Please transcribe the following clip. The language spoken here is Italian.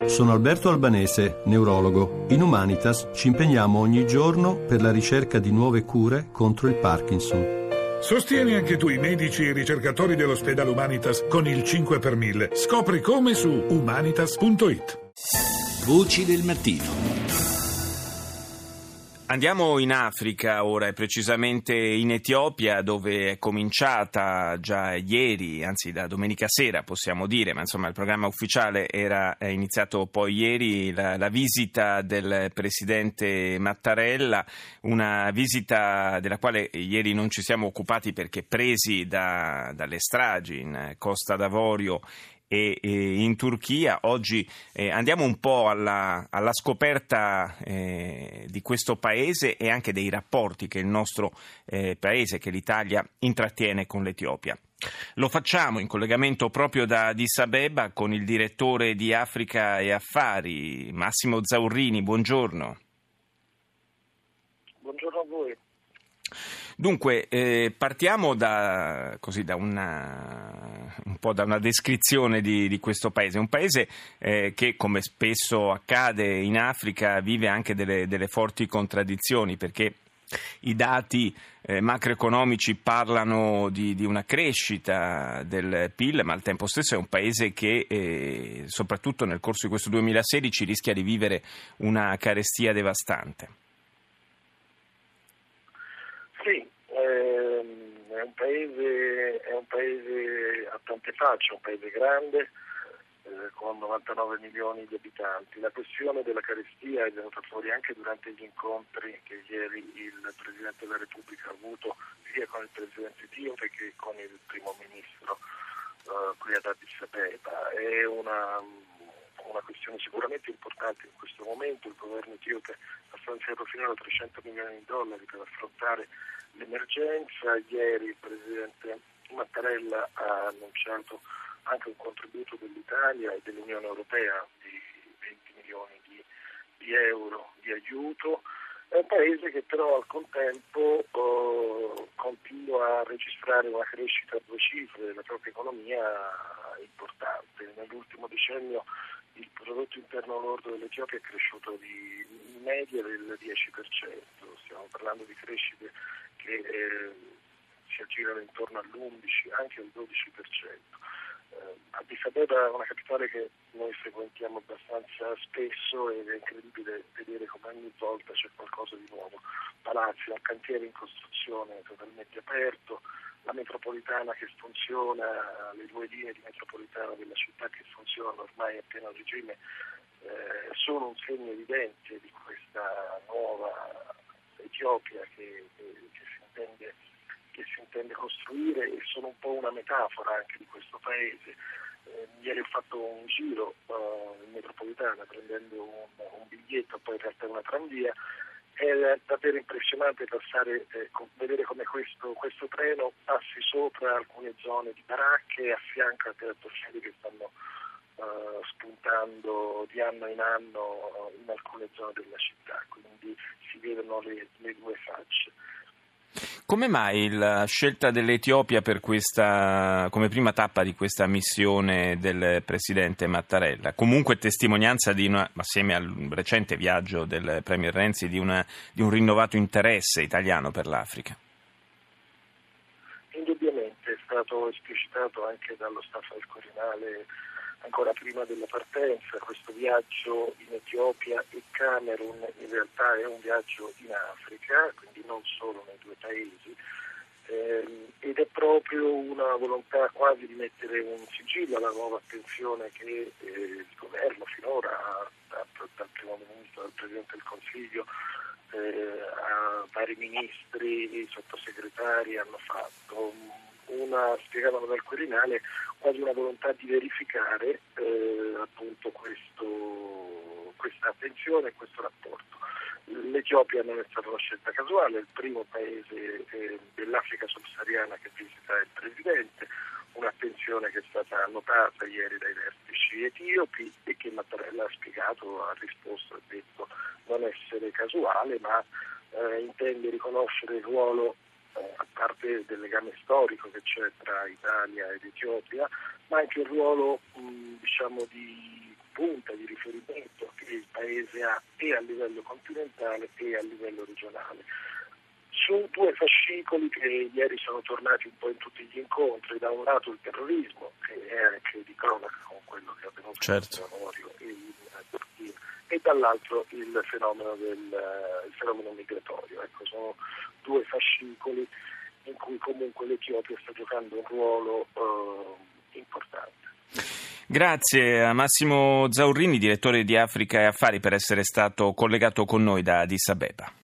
Sono Alberto Albanese, neurologo. In Humanitas ci impegniamo ogni giorno per la ricerca di nuove cure contro il Parkinson. Sostieni anche tu i medici e i ricercatori dell'ospedale Humanitas con il 5 per 1000. Scopri come su humanitas.it. Voci del mattino. Andiamo in Africa ora, e precisamente in Etiopia, dove è cominciata già ieri, anzi da domenica sera possiamo dire, ma insomma il programma ufficiale è iniziato poi ieri, la visita del presidente Mattarella, una visita della quale ieri non ci siamo occupati perché presi dalle stragi in Costa d'Avorio e in Turchia. Oggi andiamo un po' alla scoperta di questo paese e anche dei rapporti che il nostro paese, che l'Italia, intrattiene con l'Etiopia. Lo facciamo in collegamento proprio da Addis Abeba con il direttore di Africa e Affari, Massimo Zaurrini. Buongiorno. Buongiorno a voi. Dunque, partiamo da una descrizione di questo paese. Un paese che, come spesso accade in Africa, vive anche delle forti contraddizioni, perché i dati macroeconomici parlano di una crescita del PIL, ma al tempo stesso è un paese che, soprattutto nel corso di questo 2016, rischia di vivere una carestia devastante. Sì, è un paese a tante facce, un paese grande con 99 milioni di abitanti. La questione della carestia è venuta fuori anche durante gli incontri che ieri il Presidente della Repubblica ha avuto sia con il Presidente etiope che con il Primo Ministro qui ad Addis Abeba. È una questione sicuramente importante in questo momento. Il governo etiope ha stanziato finora $300 milioni per affrontare l'emergenza. Ieri il Presidente Mattarella ha annunciato anche un contributo dell'Italia e dell'Unione Europea di 20 milioni di euro di aiuto. È un paese che però al contempo continua a registrare una crescita a due cifre della propria economia importante. Nell'ultimo decennio il prodotto interno lordo dell'Etiopia è cresciuto in media del 10%. Stiamo parlando di crescite che si aggirano intorno all'11, anche al 12%. Addis Abeba è una capitale che noi frequentiamo abbastanza spesso ed è incredibile vedere come ogni volta c'è qualcosa di nuovo. Palazzi, un cantiere in costruzione totalmente aperto, la metropolitana che funziona, le due linee di metropolitana della città che funzionano ormai a pieno regime, sono un segno evidente di questa nuova Etiopia che si intende costruire, e sono un po' una metafora anche di questo paese. Ieri ho fatto un giro in metropolitana prendendo un biglietto, poi in realtà una tranvia. È davvero impressionante vedere come questo treno passi sopra alcune zone di baracche e affianca grattocieli che stanno spuntando di anno in anno in alcune zone della città, quindi si vedono le due facce. Come mai la scelta dell'Etiopia per come prima tappa di questa missione del presidente Mattarella? Comunque testimonianza assieme al recente viaggio del Premier Renzi, di un rinnovato interesse italiano per l'Africa. Indubbiamente è stato esplicitato anche dallo staff del Quirinale ancora prima della partenza. Questo viaggio in Etiopia e Camerun in realtà è un viaggio in Africa, quindi non solo nei due paesi, ed è proprio una volontà quasi di mettere un sigillo alla nuova attenzione che il governo finora, dal Primo Ministro, dal Presidente del Consiglio, a vari ministri e sottosegretari hanno fatto. Spiegavano dal Quirinale, quasi una volontà di verificare appunto questa attenzione e questo rapporto. L'Etiopia non è stata una scelta casuale, è il primo paese dell'Africa subsahariana che visita il Presidente, un'attenzione che è stata notata ieri dai vertici etiopi e che Mattarella ha spiegato, ha risposto, ha detto non essere casuale, ma intende riconoscere il ruolo, a parte del legame storico che c'è tra Italia ed Etiopia, ma anche il ruolo di punta, di riferimento che il Paese ha e a livello continentale e a livello regionale. Su due fascicoli che ieri sono tornati un po' in tutti gli incontri, da un lato il terrorismo, che è anche di cronaca con quello che è avvenuto certo. in Morio e in Turchia, e dall'altro il fenomeno migratorio. Ecco, sono due fascicoli in cui comunque l'Etiopia sta giocando un ruolo importante. Grazie a Massimo Zaurrini, direttore di Africa e Affari, per essere stato collegato con noi da Addis Abeba.